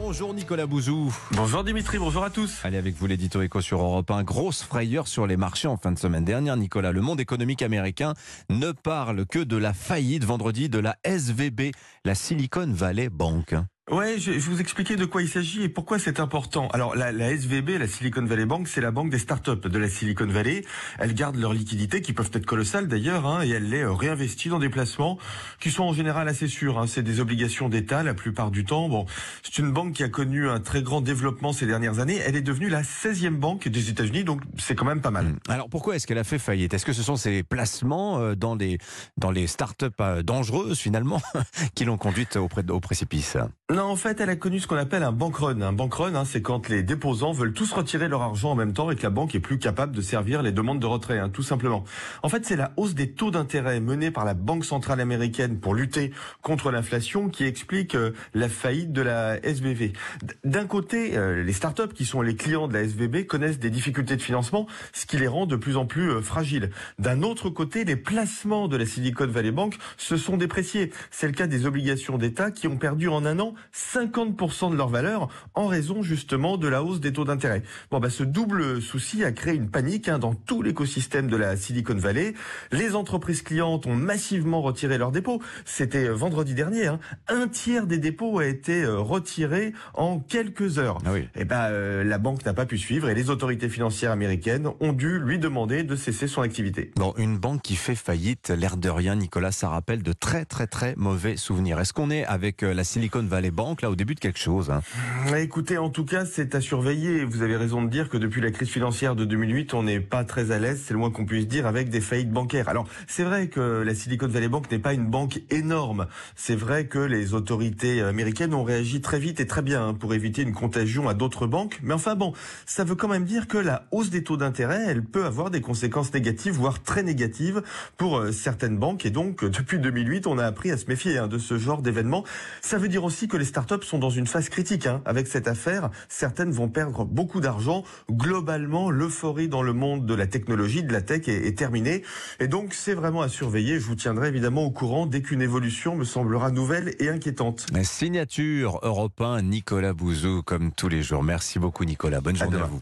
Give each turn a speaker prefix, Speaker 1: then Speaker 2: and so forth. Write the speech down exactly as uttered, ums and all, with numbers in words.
Speaker 1: Bonjour Nicolas Bouzou.
Speaker 2: Bonjour Dimitri, bonjour à tous.
Speaker 1: Allez, avec vous l'édito éco sur Europe un. Grosse frayeur sur les marchés en fin de semaine dernière, Nicolas. Le monde économique américain ne parle que de la faillite vendredi de la S V B, la Silicon Valley Bank.
Speaker 2: Ouais, je, je vais vous expliquer de quoi il s'agit et pourquoi c'est important. Alors, la, la S V B, la Silicon Valley Bank, c'est la banque des startups de la Silicon Valley. Elles gardent leurs liquidités, qui peuvent être colossales d'ailleurs, hein, et elles les réinvestissent dans des placements qui sont en général assez sûrs. Hein. C'est des obligations d'État la plupart du temps. Bon, c'est une banque qui a connu un très grand développement ces dernières années. Elle est devenue la seizième banque des États-Unis, donc c'est quand même pas mal.
Speaker 1: Alors, pourquoi est-ce qu'elle a fait faillite? Est-ce que ce sont ces placements dans les, dans les startups dangereuses, finalement, qui l'ont conduite au, pré- au précipice?
Speaker 2: Non, en fait, elle a connu ce qu'on appelle un bank run. Un bank run, hein, c'est quand les déposants veulent tous retirer leur argent en même temps et que la banque est plus capable de servir les demandes de retrait, hein, tout simplement. En fait, c'est la hausse des taux d'intérêt menée par la Banque centrale américaine pour lutter contre l'inflation qui explique euh, la faillite de la S V B. D'un côté, euh, les startups qui sont les clients de la S V B connaissent des difficultés de financement, ce qui les rend de plus en plus euh, fragiles. D'un autre côté, les placements de la Silicon Valley Bank se sont dépréciés. C'est le cas des obligations d'État qui ont perdu en un an cinquante pour cent de leur valeur en raison justement de la hausse des taux d'intérêt. Bon, bah, ce double souci a créé une panique hein, dans tout l'écosystème de la Silicon Valley. Les entreprises clientes ont massivement retiré leurs dépôts. C'était vendredi dernier. Hein. Un tiers des dépôts a été retiré en quelques heures.
Speaker 1: Ah oui.
Speaker 2: Et bah, euh, la banque n'a pas pu suivre et les autorités financières américaines ont dû lui demander de cesser son activité.
Speaker 1: Bon, une banque qui fait faillite, l'air de rien, Nicolas, ça rappelle de très très très mauvais souvenirs. Est-ce qu'on est avec la Silicon Valley Bank là au début de quelque chose hein?
Speaker 2: Écoutez, en tout cas, c'est à surveiller. Vous avez raison de dire que depuis la crise financière de deux mille huit, on n'est pas très à l'aise, c'est le moins qu'on puisse dire, avec des faillites bancaires. Alors, c'est vrai que la Silicon Valley Bank n'est pas une banque énorme. C'est vrai que les autorités américaines ont réagi très vite et très bien hein, pour éviter une contagion à d'autres banques. Mais enfin bon, ça veut quand même dire que la hausse des taux d'intérêt, elle peut avoir des conséquences négatives, voire très négatives pour euh, certaines banques. Et donc, depuis deux mille huit, on a appris à se méfier hein, de ce genre d'événements. Ça veut dire aussi que les startups sont dans une phase critique. Hein. Avec cette affaire, certaines vont perdre beaucoup d'argent. Globalement, l'euphorie dans le monde de la technologie, de la tech est, est terminée. Et donc, c'est vraiment à surveiller. Je vous tiendrai évidemment au courant dès qu'une évolution me semblera nouvelle et inquiétante.
Speaker 1: Signature Europe un, Nicolas Bouzou, comme tous les jours. Merci beaucoup Nicolas. Bonne journée à vous.